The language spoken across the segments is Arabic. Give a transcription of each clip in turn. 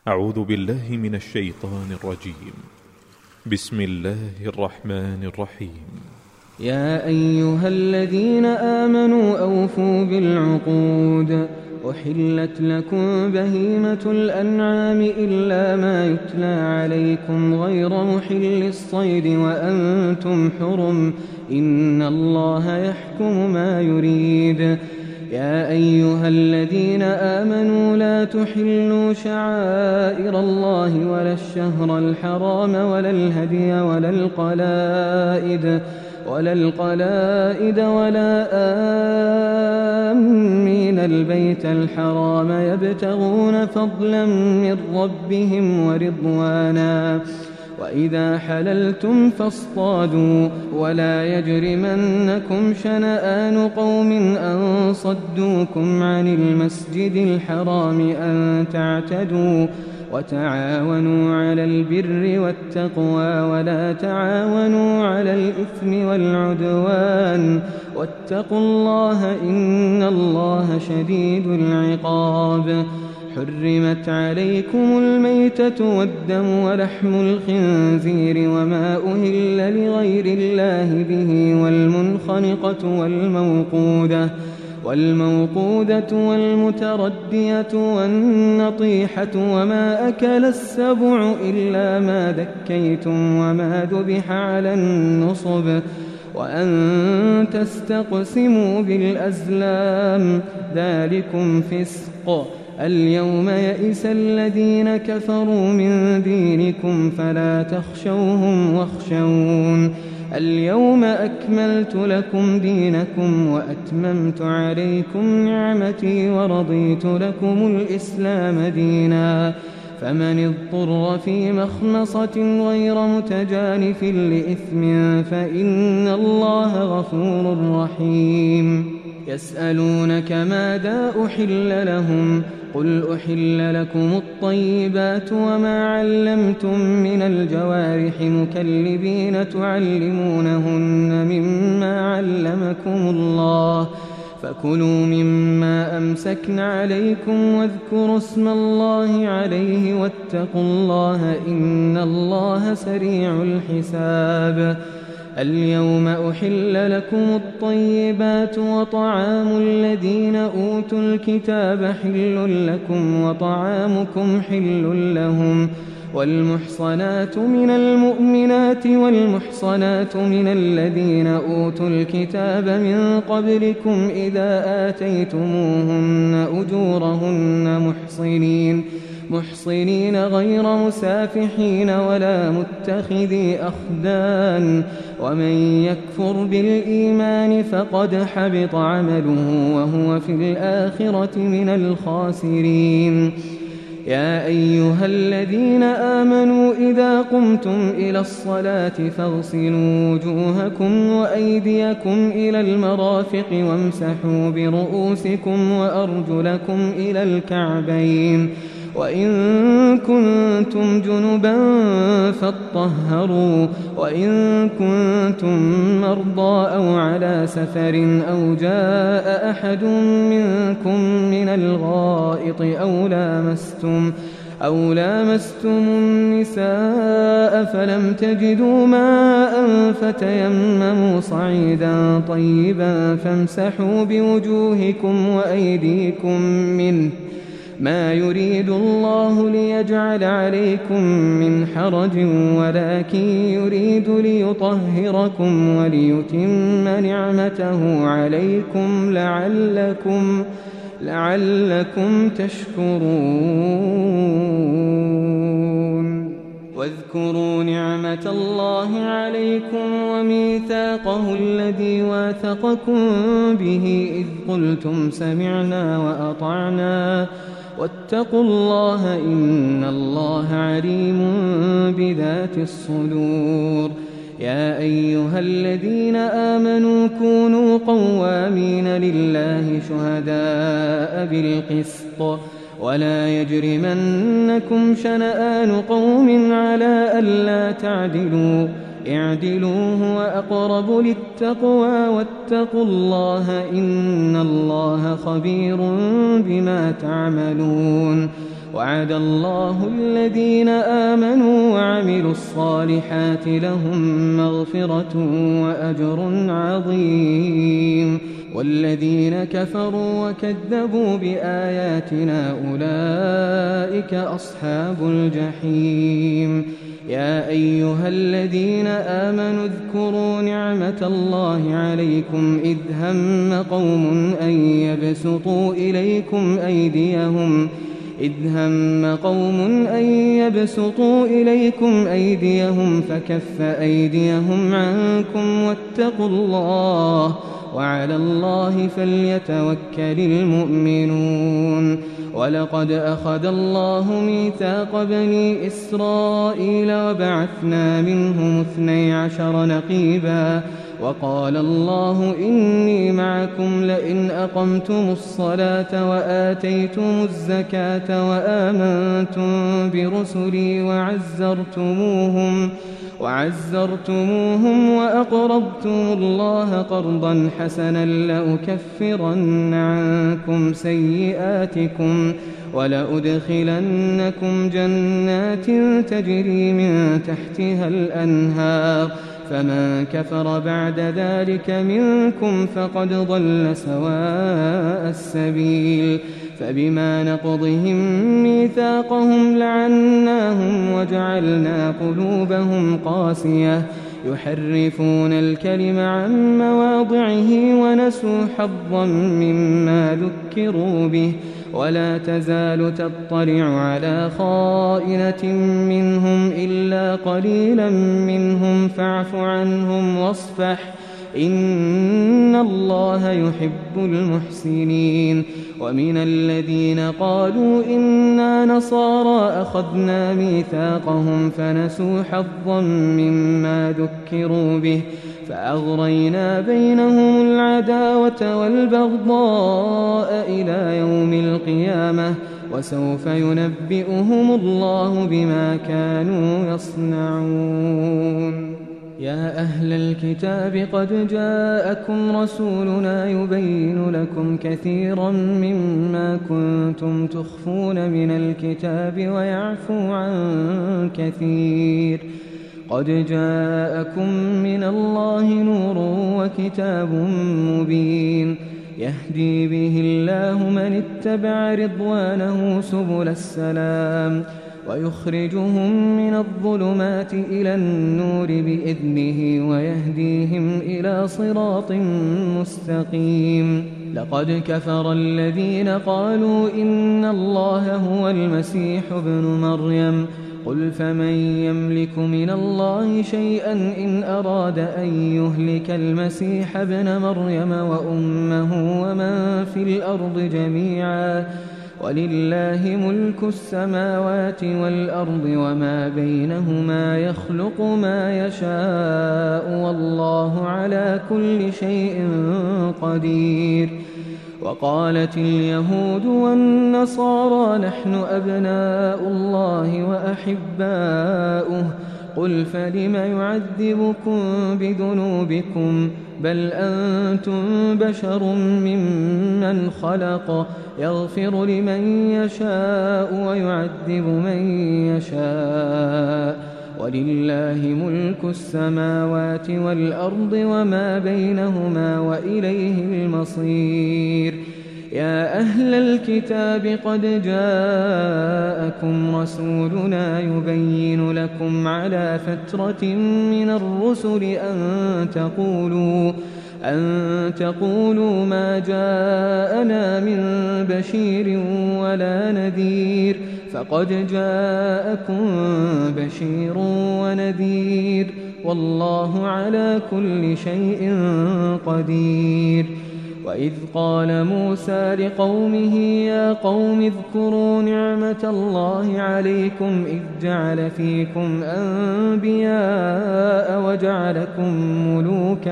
أعوذ بالله من الشيطان الرجيم. بسم الله الرحمن الرحيم. يا أيها الذين آمنوا أوفوا بالعقود. أحلت لكم بهيمة الأنعام إلا ما يتلى عليكم غير محل الصيد وأنتم حرم، إن الله يحكم ما يريد. يا أيها الذين آمنوا لا تحلوا شعائر الله ولا الشهر الحرام ولا الهدي ولا القلائد ولا آمين البيت الحرام يبتغون فضلا من ربهم ورضوانا. وإذا حللتم فاصطادوا ولا يجرمنكم شنآن قوم أن صدوكم عن المسجد الحرام أن تعتدوا. وتعاونوا على البر والتقوى ولا تعاونوا على الإثم والعدوان، واتقوا الله إن الله شديد العقاب. حرمت عليكم الميتة والدم ولحم الخنزير وما أهل لغير الله به والموقودة والمتردية والنطيحة وما أكل السبع إلا ما ذكيتم وما ذبح على النصب وأن تستقسموا بالأزلام، ذلكم فسق. اليوم يئس الذين كفروا من دينكم فلا تخشوهم واخشون. اليوم أكملت لكم دينكم وأتممت عليكم نعمتي ورضيت لكم الإسلام دينا. فمن اضطر في مخمصة غير متجانف لإثم فإن الله غفور رحيم. يسألونك ماذا أحل لهم؟ قل أحل لكم الطيبات وما علمتم من الجوارح مكلبين تعلمونهن مما علمكم الله، فكلوا مما أمسكن عليكم واذكروا اسم الله عليه واتقوا الله إن الله سريع الحساب. اليوم أحل لكم الطيبات وطعام الذين أوتوا الكتاب حل لكم وطعامكم حل لهم، والمحصنات من المؤمنات والمحصنات من الذين أوتوا الكتاب من قبلكم إذا آتيتموهن أجورهن محصنين غير مسافحين ولا متخذي أخدان، ومن يكفر بالإيمان فقد حبط عمله وهو في الآخرة من الخاسرين. يا أيها الذين آمنوا إذا قمتم إلى الصلاة فاغسلوا وجوهكم وأيديكم إلى المرافق وامسحوا برؤوسكم وأرجلكم إلى الكعبين، وإن كنتم جنبا فاطهروا، وإن كنتم مرضى أو على سفر أو جاء أحد منكم من الغائط أو لامستم النساء فلم تجدوا ماء فتيمموا صعيدا طيبا فامسحوا بوجوهكم وأيديكم منه، ما يريد الله ليجعل عليكم من حرج ولكن يريد ليطهركم وليتم نعمته عليكم لعلكم تشكرون. واذكروا نعمة الله عليكم وميثاقه الذي واثقكم به إذ قلتم سمعنا وأطعنا واتقوا الله إن الله عليم بذات الصدور. يا أيها الذين آمنوا كونوا قوامين لله شهداء بالقسط ولا يجرمنكم شنآن قوم على ألا تعدلوا، اعدلوا هو أقرب للتقوى واتقوا الله إن الله خبير بما تعملون. وعد الله الذين آمنوا وعملوا الصالحات لهم مغفرة وأجر عظيم والذين كفروا وكذبوا بآياتنا أولئك أصحاب الجحيم يا أيها الذين آمنوا اذكروا نعمة الله عليكم إذ هم قوم أن يبسطوا إليكم أيديهم فكف أيديهم عنكم واتقوا الله وعلى الله فليتوكل المؤمنون ولقد أخذ الله ميثاق بني إسرائيل وبعثنا منهم 12 نقيبا وقال الله إني معكم لئن أقمتم الصلاة وآتيتم الزكاة وآمنتم برسلي وعزرتموهم وأقرضتم الله قرضا حسنا لأكفرن عنكم سيئاتكم ولأدخلنكم جنات تجري من تحتها الأنهار فمن كفر بعد ذلك منكم فقد ضل سواء السبيل فبما نقضهم ميثاقهم لعناهم وجعلنا قلوبهم قاسية يحرفون الكلم عن مواضعه ونسوا حظا مما ذكروا به ولا تزال تطلع على خائنة منهم إلا قليلا منهم فاعف عنهم واصفح إن الله يحب المحسنين ومن الذين قالوا إنا نصارى أخذنا ميثاقهم فنسوا حظا مما ذكروا به فأغرينا بينهم العداوة والبغضاء إلى يوم القيامة وسوف ينبئهم الله بما كانوا يصنعون يا أهل الكتاب قد جاءكم رسولنا يبين لكم كثيرا مما كنتم تخفون من الكتاب ويعفو عن كثير قد جاءكم من الله نور وكتاب مبين يهدي به الله من اتبع رضوانه سبل السلام ويخرجهم من الظلمات إلى النور بإذنه ويهديهم إلى صراط مستقيم لقد كفر الذين قالوا إن الله هو المسيح ابن مريم قل فمن يملك من الله شيئا إن أراد أن يهلك المسيح ابن مريم وأمه ومن في الأرض جميعا ولله ملك السماوات والأرض وما بينهما يخلق ما يشاء والله على كل شيء قدير وقالت اليهود والنصارى نحن أبناء الله وأحباؤه قل فلم يعذبكم بذنوبكم بل أنتم بشر ممن خلق يغفر لمن يشاء ويعذب من يشاء ولله ملك السماوات والأرض وما بينهما وإليه المصير يا أهل الكتاب قد جاءكم رسولنا يبين لكم على فترة من الرسل أن تقولوا ما جاءنا من بشير ولا نذير فقد جاءكم بشير ونذير والله على كل شيء قدير وإذ قال موسى لقومه يا قوم اذكروا نعمة الله عليكم إذ جعل فيكم أنبياء وجعلكم ملوكا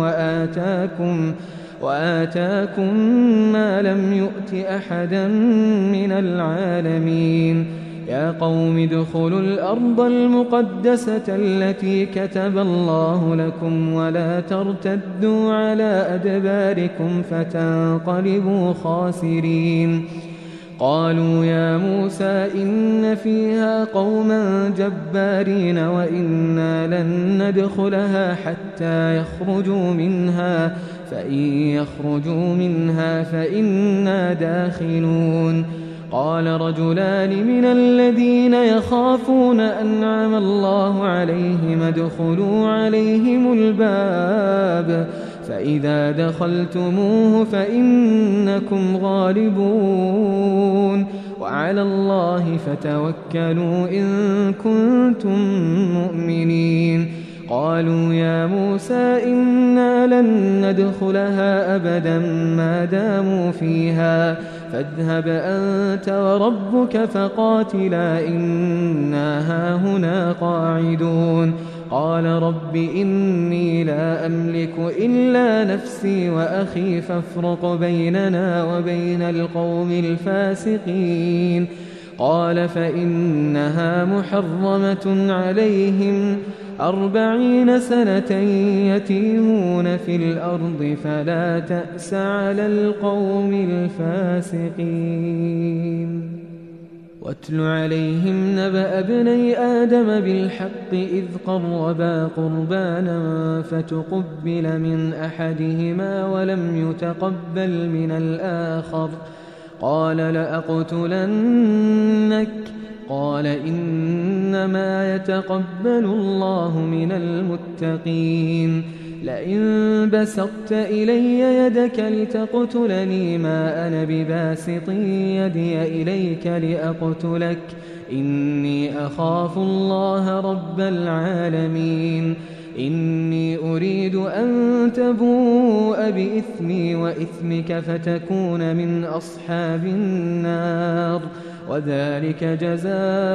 وآتاكم ما لم يؤت أحدا من العالمين يا قوم ادخلوا الأرض المقدسة التي كتب الله لكم ولا ترتدوا على أدباركم فتنقلبوا خاسرين قالوا يا موسى إن فيها قوما جبارين وإنا لن ندخلها حتى يخرجوا منها فإن يخرجوا منها فإنا داخلون. قال رجلان من الذين يخافون أنعم الله عليهم ادخلوا عليهم الباب فإذا دخلتموه فإنكم غالبون وعلى الله فتوكلوا إن كنتم مؤمنين. قالوا يا موسى إنا لن ندخلها أبدا ما داموا فيها فاذهب أنت وربك فقاتلا إنا هاهنا قاعدون. قال رب إني لا أملك إلا نفسي وأخي فافرق بيننا وبين القوم الفاسقين. قال فإنها محرمة عليهم 40 سنة يتيهون في الأرض فلا تأس على القوم الفاسقين. واتل عليهم نبأ ابني آدم بالحق إذ قربا قربانا فتقبل من أحدهما ولم يتقبل من الآخر قال لأقتلنك قال إنما يتقبل الله من المتقين. لئن بسطت إلي يدك لتقتلني ما أنا بباسط يدي إليك لأقتلك إني أخاف الله رب العالمين. إني أريد أن تبوء بإثمي وإثمك فتكون من أصحاب النار وذلك جزاء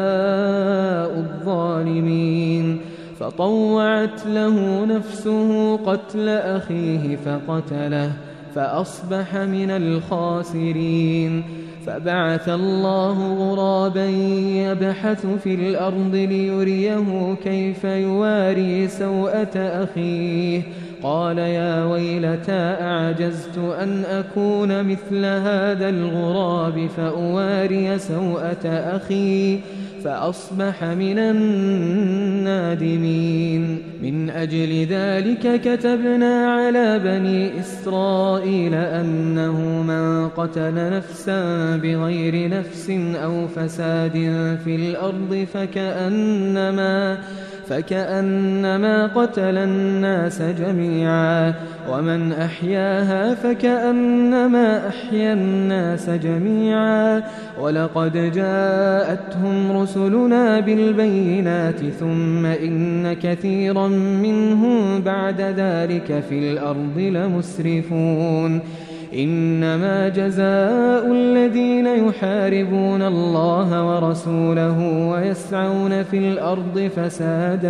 الظالمين. فطوعت له نفسه قتل أخيه فقتله فأصبح من الخاسرين. فبعث الله غرابا يبحث في الأرض ليريه كيف يواري سوءة أخيه قال يا ويلتى أعجزت أن أكون مثل هذا الغراب فأواري سوءة أخي فأصبح من النادمين. من أجل ذلك كتبنا على بني إسرائيل أنه من قتل نفسا بغير نفس أو فساد في الأرض فكأنما قتل الناس جميعا ومن أحياها فكأنما أحيا الناس جميعا. ولقد جاءتهم رسلنا بالبينات ثم إن كثيرا منهم بعد ذلك في الأرض لمسرفون. إنما جزاء الذين يحاربون الله ورسوله ويسعون في الأرض فسادا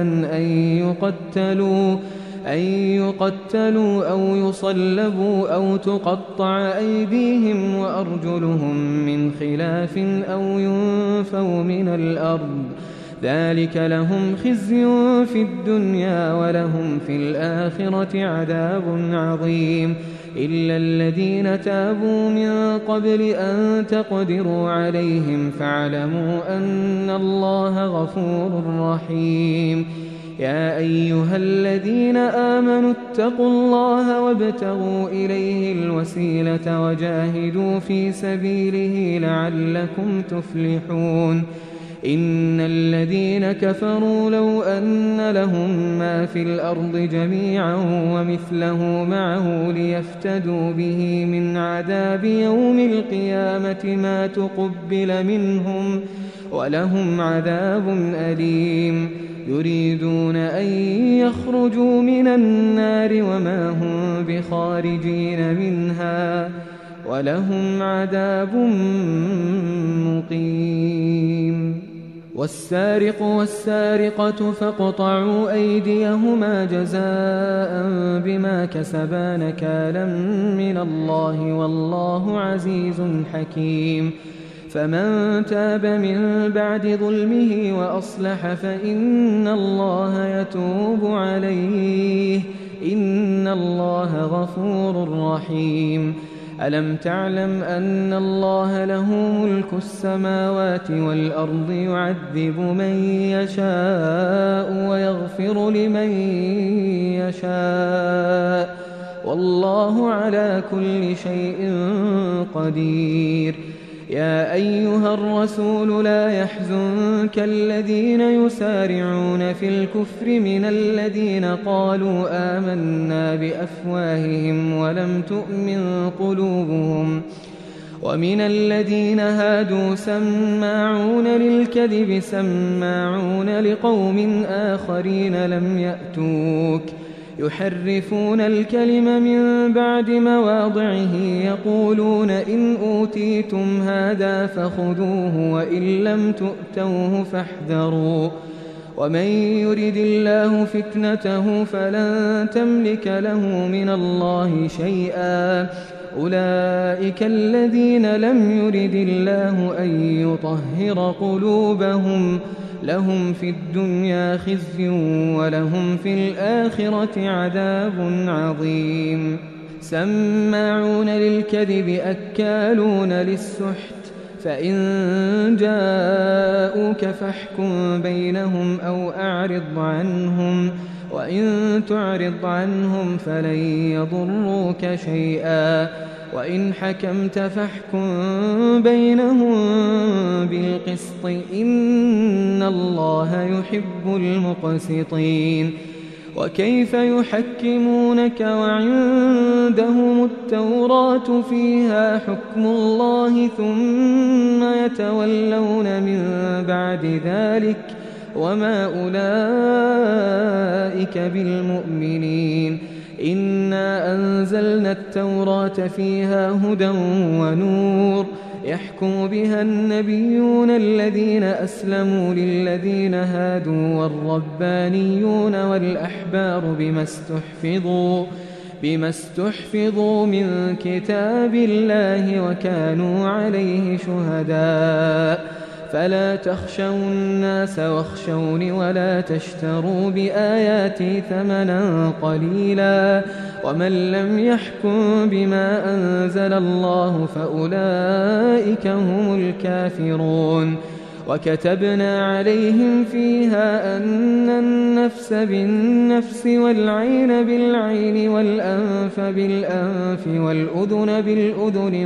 أن يقتلوا أو يصلبوا أو تقطع أيديهم وأرجلهم من خلاف أو ينفوا من الأرض ذلك لهم خزي في الدنيا ولهم في الآخرة عذاب عظيم. إلا الذين تابوا من قبل أن تقدروا عليهم فاعلموا أن الله غفور رحيم. يا أيها الذين آمنوا اتقوا الله وابتغوا إليه الوسيلة وجاهدوا في سبيله لعلكم تفلحون. إن الذين كفروا لو أن لهم ما في الأرض جميعا ومثله معه ليفتدوا به من عذاب يوم القيامة ما تقبل منهم ولهم عذاب أليم. يريدون أن يخرجوا من النار وما هم بخارجين منها ولهم عذاب مقيم. والسارق والسارقة فاقطعوا أيديهما جزاء بما كسبا نكالا من الله والله عزيز حكيم. فمن تاب من بعد ظلمه وأصلح فإن الله يتوب عليه إن الله غفور رحيم. ألم تعلم أن الله له ملك السماوات والأرض يعذب من يشاء ويغفر لمن يشاء والله على كل شيء قدير. يا أيها الرسول لا يحزنك الذين يسارعون في الكفر من الذين قالوا آمنا بأفواههم ولم تؤمن قلوبهم ومن الذين هادوا سماعون للكذب سماعون لقوم آخرين لم يأتوك يحرفون الكلم من بعد مواضعه يقولون إن أوتيتم هذا فخذوه وإن لم تؤتوه فاحذروا ومن يرد الله فتنته فلن تملك له من الله شيئا أولئك الذين لم يرد الله أن يطهر قلوبهم لهم في الدنيا خزي ولهم في الآخرة عذاب عظيم. سماعون للكذب أكالون للسحت فإن جاءوك فاحكم بينهم أو أعرض عنهم وإن تعرض عنهم فلن يضروك شيئا وإن حكمت فاحكم بينهم بالقسط إن الله يحب المقسطين. وكيف يحكمونك وعندهم التوراة فيها حكم الله ثم يتولون من بعد ذلك وما أولئك بالمؤمنين. إنا أنزلنا التوراة فيها هدى ونور يحكم بها النبيون الذين أسلموا للذين هادوا والربانيون والأحبار بما استحفظوا من كتاب الله وكانوا عليه شهداء فلا تخشوا الناس واخشوني ولا تشتروا بآياتي ثمنا قليلا ومن لم يحكم بما أنزل الله فأولئك هم الكافرون. وكتبنا عليهم فيها أن النفس بالنفس والعين بالعين والأنف بالأنف والأذن بالأذن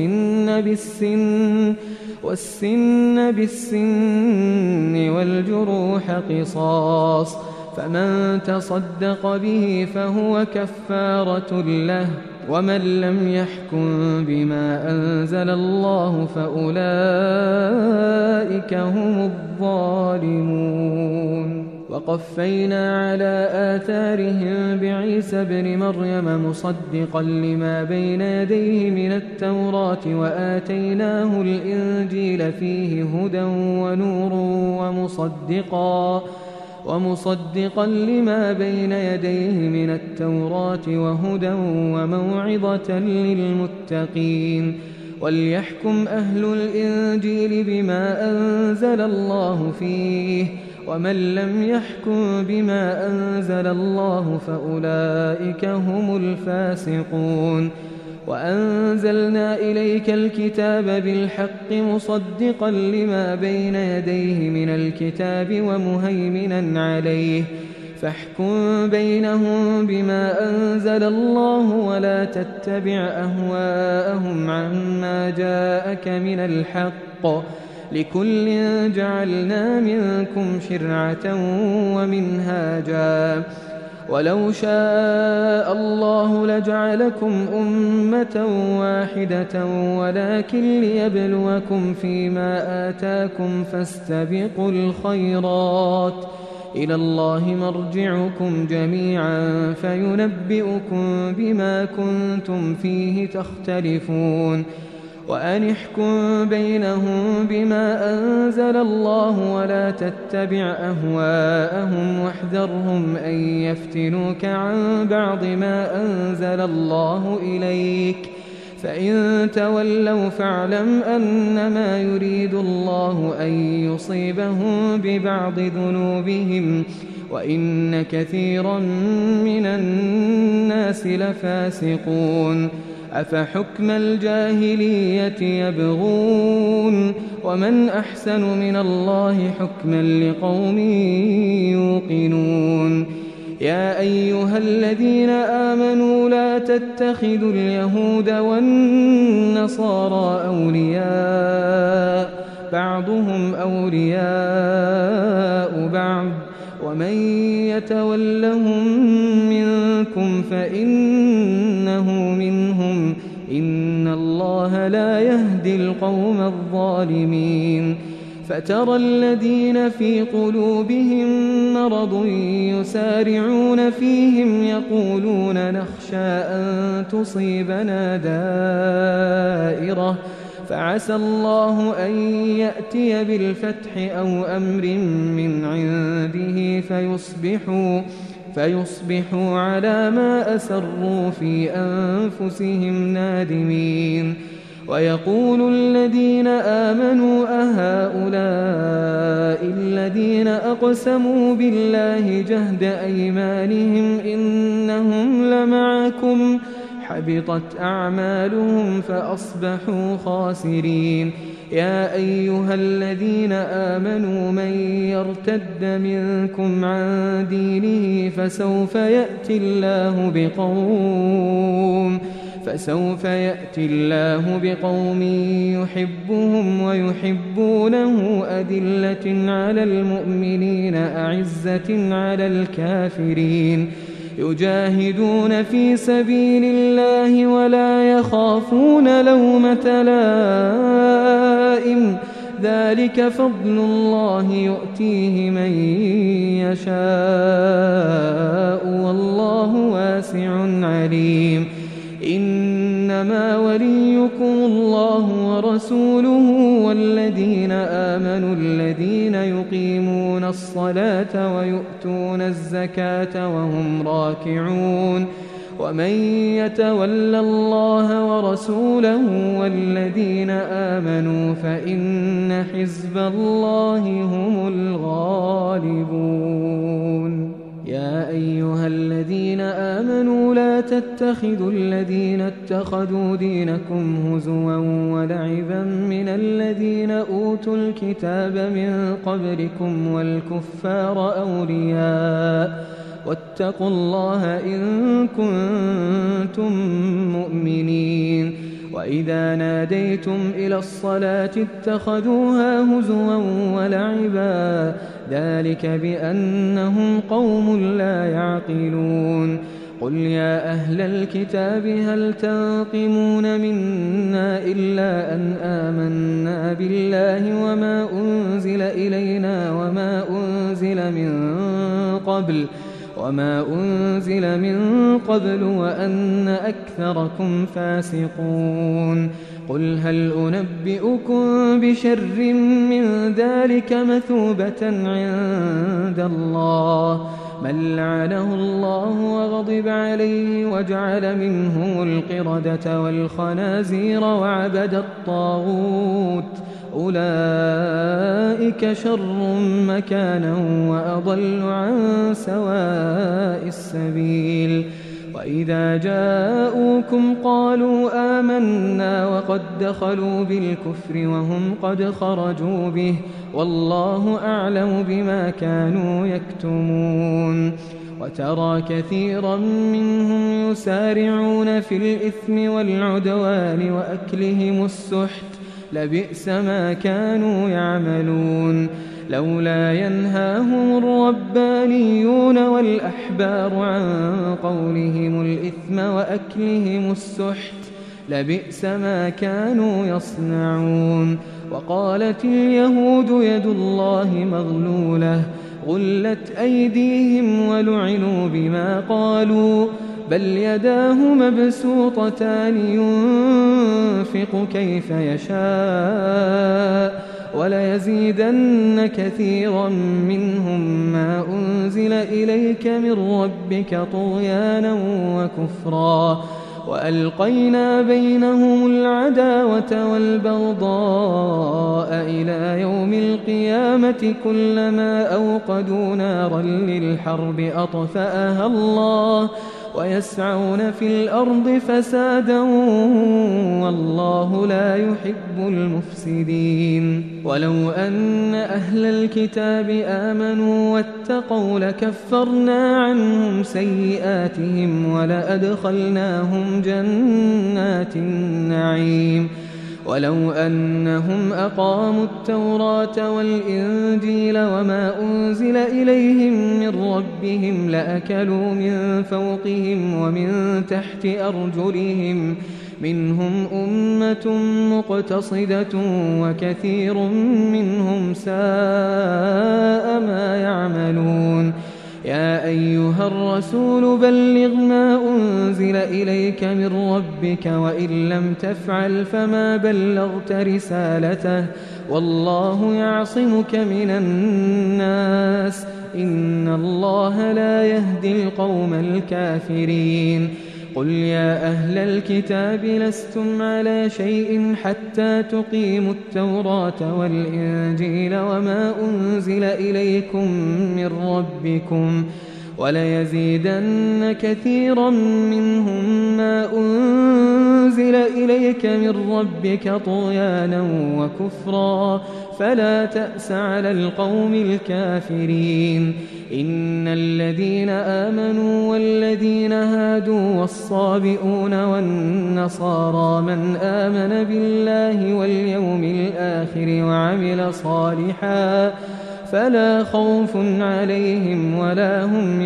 والسن بالسن والجروح قصاص فمن تصدق به فهو كفارة له ومن لم يحكم بما أنزل الله فأولئك هم الظالمون. وقفينا على آثارهم بعيسى ابن مريم مصدقا لما بين يديه من التوراة وآتيناه الإنجيل فيه هدى ونور ومصدقا لما بين يديه من التوراة وهدى وموعظة للمتقين. وليحكم أهل الإنجيل بما أنزل الله فيه ومن لم يحكم بما أنزل الله فأولئك هم الفاسقون. وأنزلنا إليك الكتاب بالحق مصدقا لما بين يديه من الكتاب ومهيمنا عليه فاحكم بينهم بما أنزل الله ولا تتبع أهواءهم عما جاءك من الحق لكل جعلنا منكم شرعة ومنهاجا ولو شاء الله لجعلكم أمة واحدة ولكن ليبلوكم فيما آتاكم فاستبقوا الخيرات إلى الله مرجعكم جميعا فينبئكم بما كنتم فيه تختلفون. وأن احكم بينهم بما أنزل الله ولا تتبع أهواءهم واحذرهم أن يفتنوك عن بعض ما أنزل الله إليك فإن تولوا فاعلم أنما يريد الله أن يصيبهم ببعض ذنوبهم وإن كثيرا من الناس لفاسقون. أفحكم الجاهلية يبغون ومن أحسن من الله حكما لقوم يوقنون يا أيها الذين آمنوا لا تتخذوا اليهود والنصارى أولياء بعضهم أولياء بعض ومن يتولهم منكم فإنه منهم إن الله لا يهدي القوم الظالمين فترى الذين في قلوبهم مرض يسارعون فيهم يقولون نخشى أن تصيبنا دائرة فعسى الله أن يأتي بالفتح أو أمر من عنده فيصبحوا على ما أسروا في أنفسهم نادمين ويقول الذين آمنوا أهؤلاء الذين أقسموا بالله جهد أيمانهم إنهم لمعكم حبطت أعمالهم فأصبحوا خاسرين يا أيها الذين آمنوا من يرتد منكم عن دينه فسوف يأتي الله بقوم يحبهم ويحبونه أذلة على المؤمنين أعزة على الكافرين يجاهدون في سبيل الله ولا يخافون لومة لائم ذلك فضل الله يؤتيه من يشاء والله واسع عليم إنما وليكم الله ورسوله والذين آمنوا الذين يقيمون الصلاة ويؤتون الزكاة وهم راكعون ومن يتول الله ورسوله والذين آمنوا فإن حزب الله هم الغالبون يا أيها الذين آمنوا لا تتخذوا الذين اتخذوا دينكم هزوا ولعبا من الذين أوتوا الكتاب من قبلكم والكفار أولياء واتقوا الله إن كنتم مؤمنين وإذا ناديتم إلى الصلاة اتخذوها هزوا ولعبا ذلك بأنهم قوم لا يعقلون قل يا أهل الكتاب هل تنقمون منا إلا أن آمنا بالله وما أنزل إلينا وما أنزل من قبل وأن أكثركم فاسقون قل هل أنبئكم بشر من ذلك مثوبة عند الله من لعنه الله وغضب عليه وجعل منهم القردة والخنازير وعبد الطاغوت أولئك شر مكانا وأضل عن سواء السبيل وإذا جاءوكم قالوا آمنا وقد دخلوا بالكفر وهم قد خرجوا به والله أعلم بما كانوا يكتمون وترى كثيرا منهم يسارعون في الإثم والعدوان وأكلهم السحت لبئس ما كانوا يعملون لولا ينهاهم الربانيون والأحبار عن قولهم الإثم وأكلهم السحت لبئس ما كانوا يصنعون وقالت اليهود يد الله مغلولة غلت أيديهم ولعنوا بما قالوا بل يداه مبسوطتان ينفق كيف يشاء وليزيدن كثيرا منهم ما أنزل إليك من ربك طغيانا وكفرا وألقينا بينهم العداوة والبغضاء إلى يوم القيامة كلما أوقدوا نارا للحرب ويسعون في الأرض فسادا والله لا يحب المفسدين. ولو أن أهل الكتاب آمنوا واتقوا لكفرنا عنهم سيئاتهم ولأدخلناهم جنات النعيم. ولو أنهم أقاموا التوراة والإنجيل وما أنزل إليهم من ربهم لأكلوا من فوقهم ومن تحت أرجلهم منهم أمة مقتصدة وكثير منهم ساء ما يعملون. يا أيها الرسول بلغ ما أنزل إليك من ربك وإن لم تفعل فما بلغت رسالته والله يعصمك من الناس إن الله لا يهدي القوم الكافرين. قل يا أهل الكتاب لستم على شيء حتى تقيموا التوراة والإنجيل وما أنزل إليكم من ربكم وليزيدن كثيرا منهم ما أنزل إليك من ربك طغيانا وكفرا فلا تأس على القوم الكافرين. إن الذين آمنوا والذين هادوا والصابئون والنصارى من آمن بالله واليوم الآخر وعمل صالحا فلا خوف عليهم ولا هم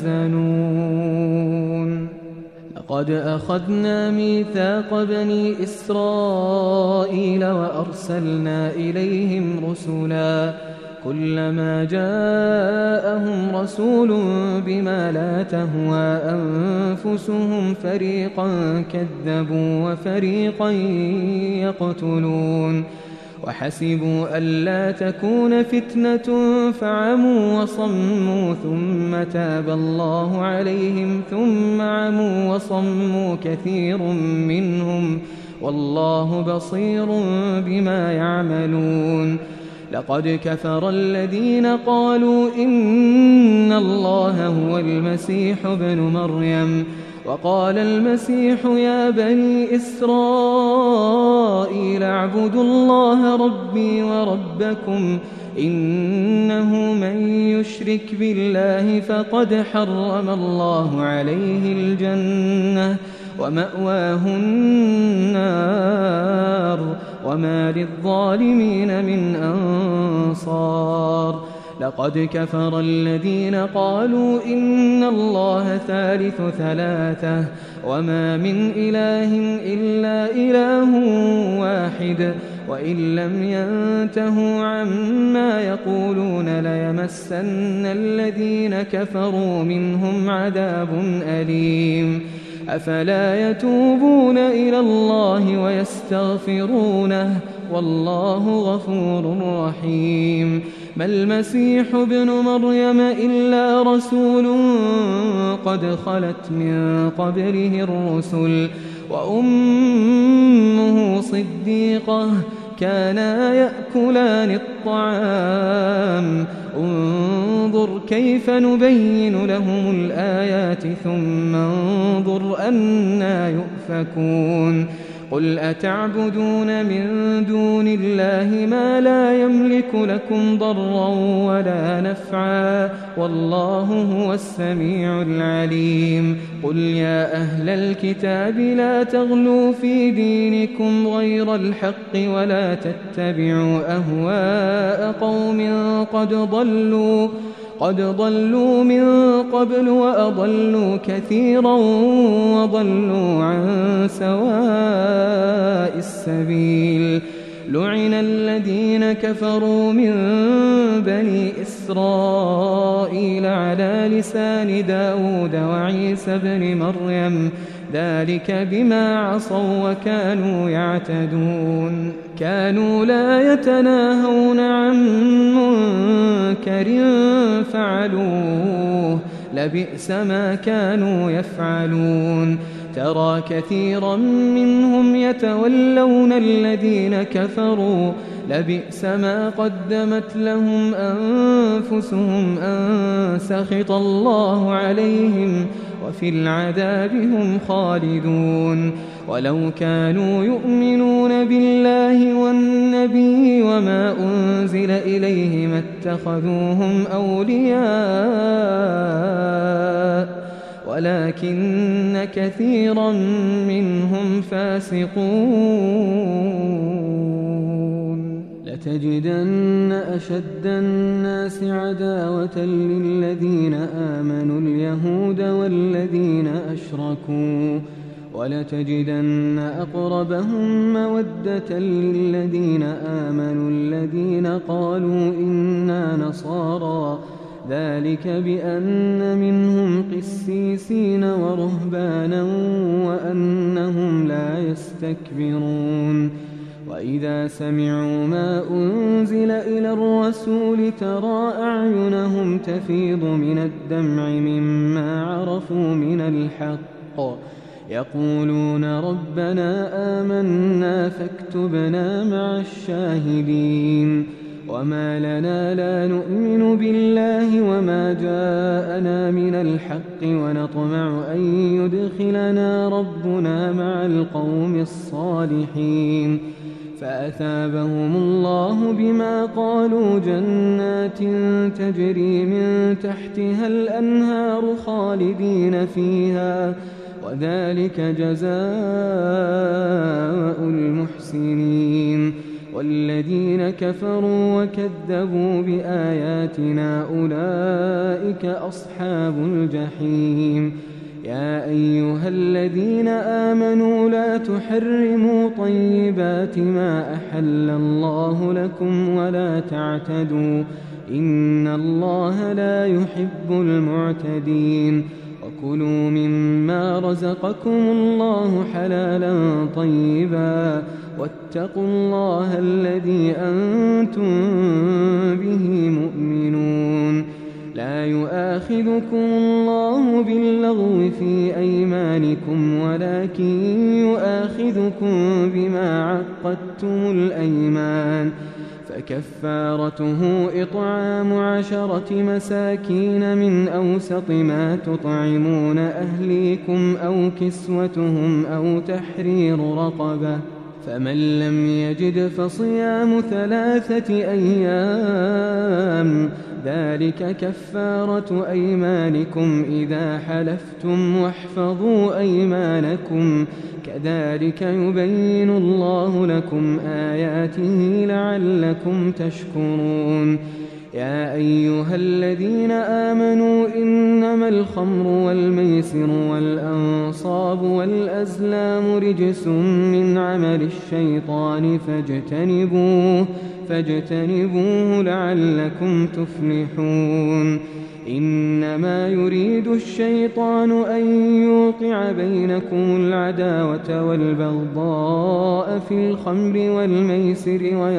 يحزنون. لقد أخذنا ميثاق بني إسرائيل وأرسلنا إليهم رسلا كلما جاءهم رسول بما لا تهوى أنفسهم فريقا كذبوا وفريقا يقتلون. وحسبوا ألا تكون فتنة فعموا وصموا ثم تاب الله عليهم ثم عموا وصموا كثير منهم والله بصير بما يعملون. لقد كفر الذين قالوا إن الله هو المسيح ابن مريم وقال المسيح يا بني إسرائيل اعبدوا الله ربي وربكم إنه من يشرك بالله فقد حرم الله عليه الجنة ومأواه النار وما للظالمين من أنصار. لقد كفر الذين قالوا إن الله ثالث ثلاثة وما من إله إلا إله واحد وإن لم ينتهوا عما يقولون ليمسن الذين كفروا منهم عذاب أليم. أفلا يتوبون إلى الله ويستغفرونه والله غفور رحيم. ما المسيح ابن مريم إلا رسول قد خلت من قبله الرسل وأمه صديقة كانا يأكلان الطعام انظر كيف نبين لهم الآيات ثم انظر أنى يؤفكون. قل أتعبدون من دون الله ما لا يملك لكم ضرا ولا نفعا والله هو السميع العليم. قل يا أهل الكتاب لا تغلوا في دينكم غير الحق ولا تتبعوا أهواء قوم قد ضلوا من قبل وأضلوا كثيرا وضلوا عن سواء السبيل. لعن الذين كفروا من بني إسرائيل على لسان داود وعيسى بن مريم ذلك بما عصوا وكانوا يعتدون. كانوا لا يتناهون عن منكر فعلوه لبئس ما كانوا يفعلون. ترى كثيرا منهم يتولون الذين كفروا لبئس ما قدمت لهم أنفسهم أن سخط الله عليهم وفي العذاب هم خالدون ولو كانوا يؤمنون بالله والنبي وما أنزل إليه ما اتخذوهم أولياء ولكن كثيرا منهم فاسقون لتجدن أشد الناس عداوة للذين آمنوا اليهود والذين أشركوا ولتجدن أقربهم مودة للذين آمنوا الذين قالوا إنا نصارى ذلك بأن منهم قسيسين ورهبانا وأنهم لا يستكبرون وإذا سمعوا ما أنزل إلى الرسول ترى أعينهم تفيض من الدمع مما عرفوا من الحق يقولون ربنا آمنا فاكتبنا مع الشاهدين وما لنا لا نؤمن بالله وما جاءنا من الحق ونطمع أن يدخلنا ربنا مع القوم الصالحين فأثابهم الله بما قالوا جنات تجري من تحتها الأنهار خالدين فيها وذلك جزاء المحسنين والذين كفروا وكذبوا بآياتنا أولئك أصحاب الجحيم يا أيها الذين آمنوا لا تحرموا طيبات ما أحل الله لكم ولا تعتدوا إن الله لا يحب المعتدين وكلوا مما رزقكم الله حلالا طيبا واتقوا الله الذي أنتم به مؤمنون لا يؤاخذكم الله باللغو في أيمانكم ولكن يؤاخذكم بما عقدتم الأيمان فكفارته إطعام 10 مساكين من أوسط ما تطعمون أهليكم أو كسوتهم أو تحرير رقبة فمن لم يجد فصيام 3 أيام ذلك كفارة أيمانكم إذا حلفتم واحفظوا أيمانكم كذلك يبين الله لكم آياته لعلكم تشكرون يا أيها الذين آمنوا إنما الخمر والميسر والأنصاب والأزلام رجس من عمل الشيطان فاجتنبوه لعلكم تفلحون إنما يريد الشيطان أن يوقع بينكم العداوة والبغضاء في الخمر والميسر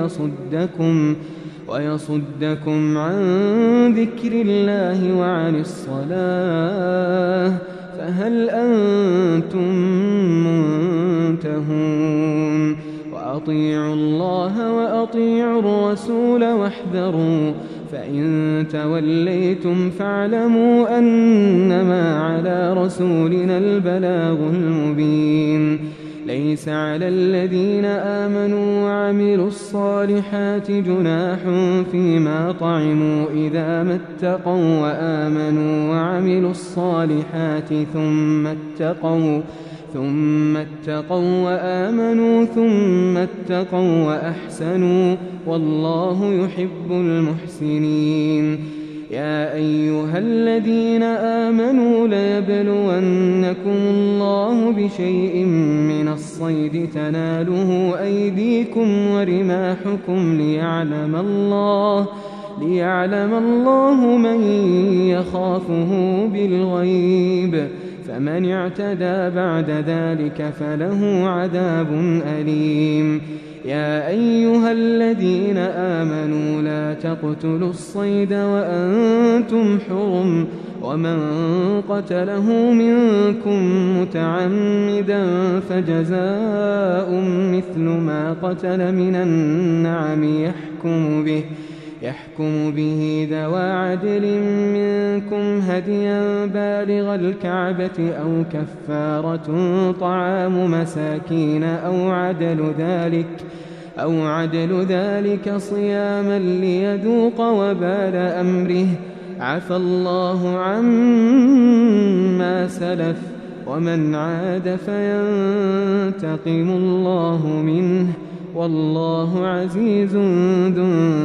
ويصدكم عن ذكر الله وعن الصلاة فهل أنتم منتهون وأطيعوا الله وأطيعوا الرسول واحذروا فإن توليتم فاعلموا أنما على رسولنا البلاغ المبين ليس على الذين آمنوا وعملوا الصالحات جناح فيما طعموا إذا ما اتقوا وآمنوا وعملوا الصالحات ثم اتقوا وآمنوا ثم اتقوا وأحسنوا والله يحب المحسنين يا أيها الذين آمنوا ليبلونكم الله بشيء من الصيد تناله أيديكم ورماحكم ليعلم الله من يخافه بالغيب فمن اعتدى بعد ذلك فله عذاب أليم يا أيها الذين آمنوا لا تقتلوا الصيد وأنتم حرم ومن قتله منكم متعمدا فجزاء مثل ما قتل من النعم يحكم به ذوى عدل منكم هديا بالغ الكعبة أو كفارة طعام مساكين أو عدل ذلك صياما ليذوق وبال أمره. عفى الله عما سلف ومن عاد فينتقم الله منه والله عزيز ذو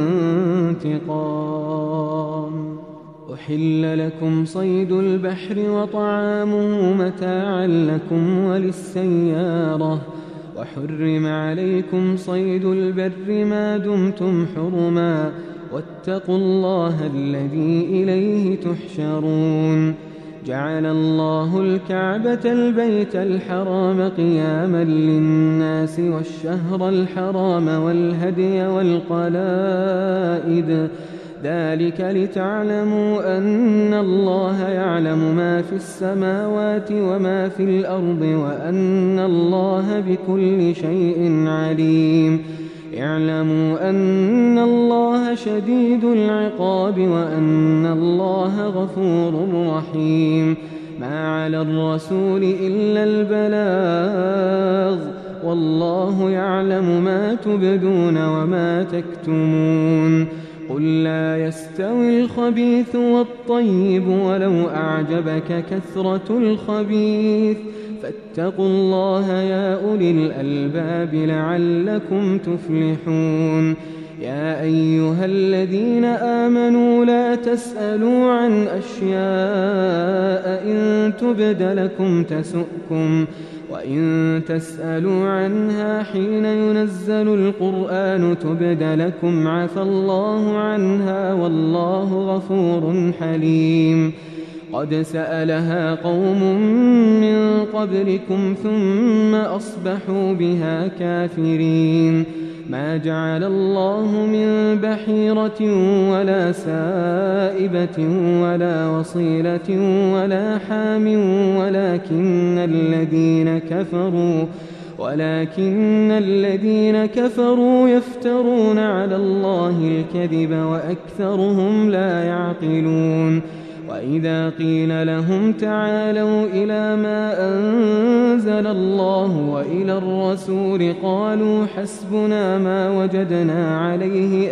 انتقام. أحل لكم صيد البحر وطعامه متاعا لكم وللسيارة وحرم عليكم صيد البر ما دمتم حرما واتقوا الله الذي إليه تحشرون. جعل الله الكعبة البيت الحرام قياما للناس والشهر الحرام والهدي والقلائد ذلك لتعلموا أن الله يعلم ما في السماوات وما في الأرض وأن الله بكل شيء عليم. اعلموا أن الله شديد العقاب وأن الله غفور رحيم. ما على الرسول إلا البلاغ والله يعلم ما تبدون وما تكتمون. قل لا يستوي الخبيث والطيب ولو أعجبك كثرة الخبيث فاتقوا الله يا أولي الألباب لعلكم تفلحون. يا أيها الذين آمنوا لا تسألوا عن أشياء إن تبد لكم تسؤكم وإن تسألوا عنها حين ينزل القرآن تبد لكم عفى الله عنها والله غفور حليم. قد سألها قوم من قبلكم ثم أصبحوا بها كافرين. ما جعل الله من بحيرة ولا سائبة ولا وصيلة ولا حام ولكن الذين كفروا يفترون على الله الكذب وأكثرهم لا يعقلون. وإذا قيل لهم تعالوا إلى ما أنزل الله وإلى الرسول قالوا حسبنا ما وجدنا عليه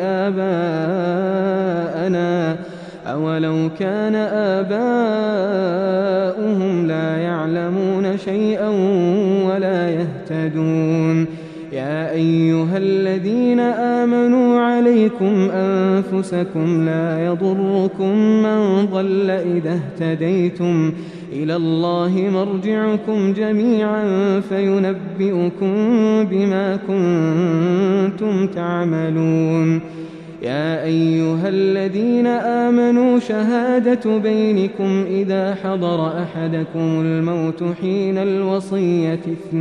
آباءنا أولو كان آباؤهم لا يعلمون شيئا ولا يهتدون. يا أيها الذين آمنوا عليكم أنفسكم لا يضركم من ضل إذا اهتديتم إلى الله مرجعكم جميعا فينبئكم بما كنتم تعملون. يا أيها الذين آمنوا شهادة بينكم إذا حضر أحدكم الموت حين الوصية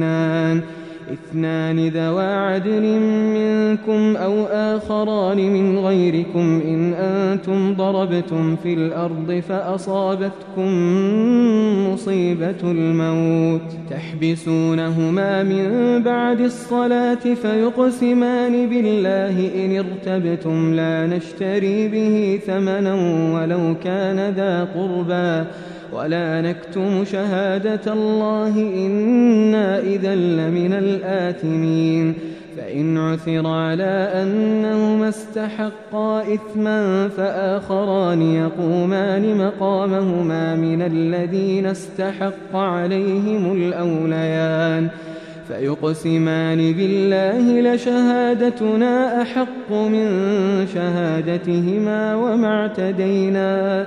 اثنان ذوى عدل منكم أو آخران من غيركم إن أنتم ضربتم في الأرض فأصابتكم مصيبة الموت تحبسونهما من بعد الصلاة فيقسمان بالله إن ارتبتم لا نشتري به ثمنا ولو كان ذا قربى ولا نكتم شهادة الله إنا إذا لمن الآثمين. فإن عثر على أنهما استحقا إثما فآخران يقومان مقامهما من الذين استحق عليهم الأوليان فيقسمان بالله لشهادتنا أحق من شهادتهما وما اعتدينا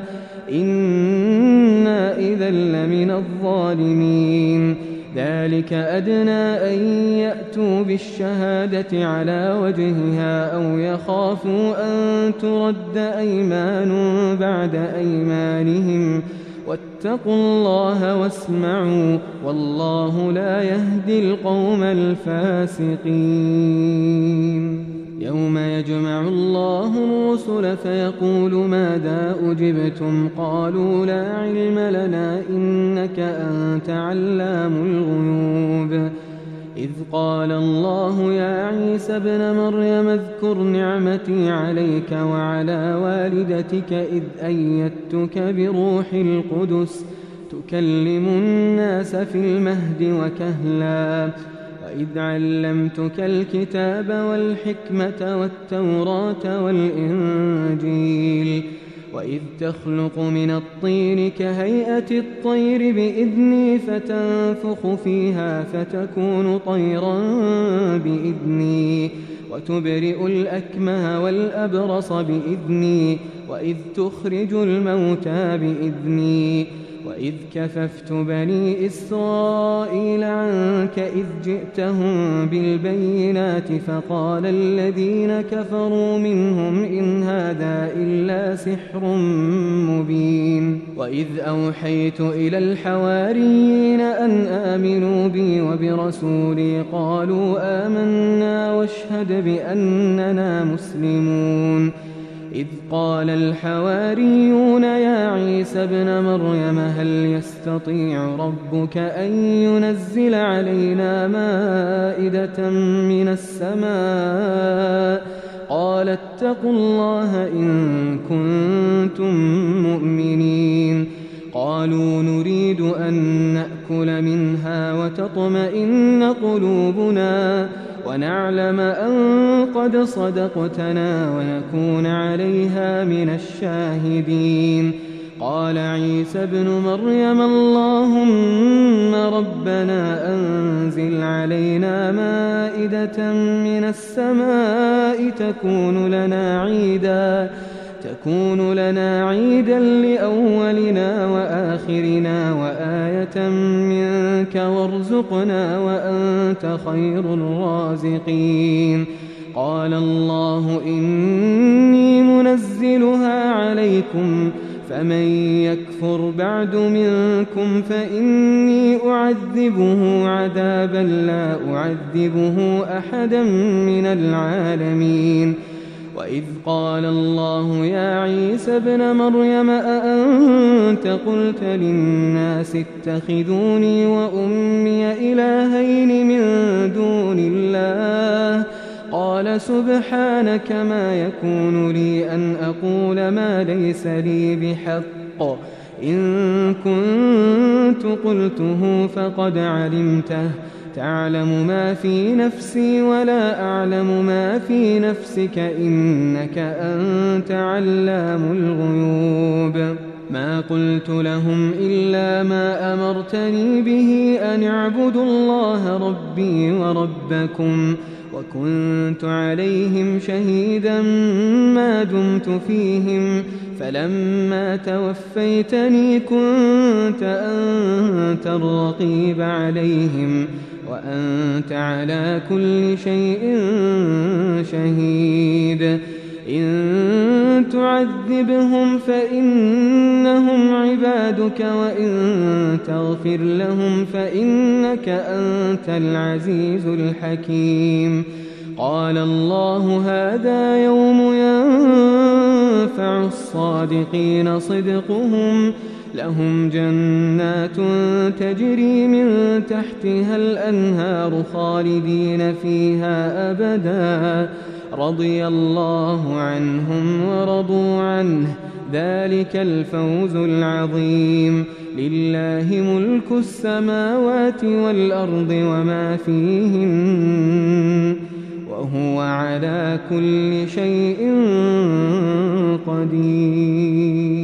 إنا إذا لمن الظالمين. ذلك أدنى أن يأتوا بالشهادة على وجهها أو يخافوا أن ترد أيمان بعد أيمانهم واتقوا الله واسمعوا والله لا يهدي القوم الفاسقين. يوم يجمع الله الرسل فيقول ماذا أجبتم قالوا لا علم لنا إنك أنت علام الغيوب. إذ قال الله يا عيسى ابن مريم اذكر نعمتي عليك وعلى والدتك إذ أيدتك بروح القدس تكلم الناس في المهد وكهلا وإذ علمتك الكتاب والحكمة والتوراة والإنجيل وإذ تخلق من الطين كهيئة الطير بإذني فتنفخ فيها فتكون طيرا بإذني وتبرئ الأكمه والأبرص بإذني وإذ تخرج الموتى بإذني وإذ كففت بني إسرائيل عنك إذ جئتهم بالبينات فقال الذين كفروا منهم إن هذا إلا سحر مبين وإذ أوحيت إلى الحواريين أن آمنوا بي وبرسولي قالوا آمنا واشهد بأننا مسلمون إذ قال الحواريون يا عيسى ابن مريم هل يستطيع ربك أن ينزل علينا مائدة من السماء قال اتقوا الله إن كنتم مؤمنين قالوا نريد أن نأكل منها وتطمئن قلوبنا ونعلم أن قد صدقتنا ونكون عليها من الشاهدين قال عيسى ابن مريم اللهم ربنا أنزل علينا مائدة من السماء تكون لنا عيدا لأولنا وآخرنا وآية منك وارزقنا وأنت خير الرازقين قال الله إني منزلها عليكم فمن يكفر بعد منكم فإني أعذبه عذابا لا أعذبه أحدا من العالمين وإذ قال الله يا عيسى ابن مريم أأنت قلت للناس اتخذوني وأمي إلهين من دون الله قال سبحانك ما يكون لي أن أقول ما ليس لي بحق إن كنت قلته فقد علمته تعلم ما في نفسي ولا أعلم ما في نفسك إنك أنت علام الغيوب ما قلت لهم إلا ما أمرتني به أن اعبدوا الله ربي وربكم وكنت عليهم شهيدا ما دمت فيهم فلما توفيتني كنت أنت الرقيب عليهم وأنت على كل شيء شهيد إن تعذبهم فإنهم عبادك وإن تغفر لهم فإنك أنت العزيز الحكيم قال الله هذا يوم ينفع الصادقين صدقهم لهم جنات تجري من تحتها الأنهار خالدين فيها أبدا رضي الله عنهم ورضوا عنه ذلك الفوز العظيم لله ملك السماوات والأرض وما فيهن وهو على كل شيء قدير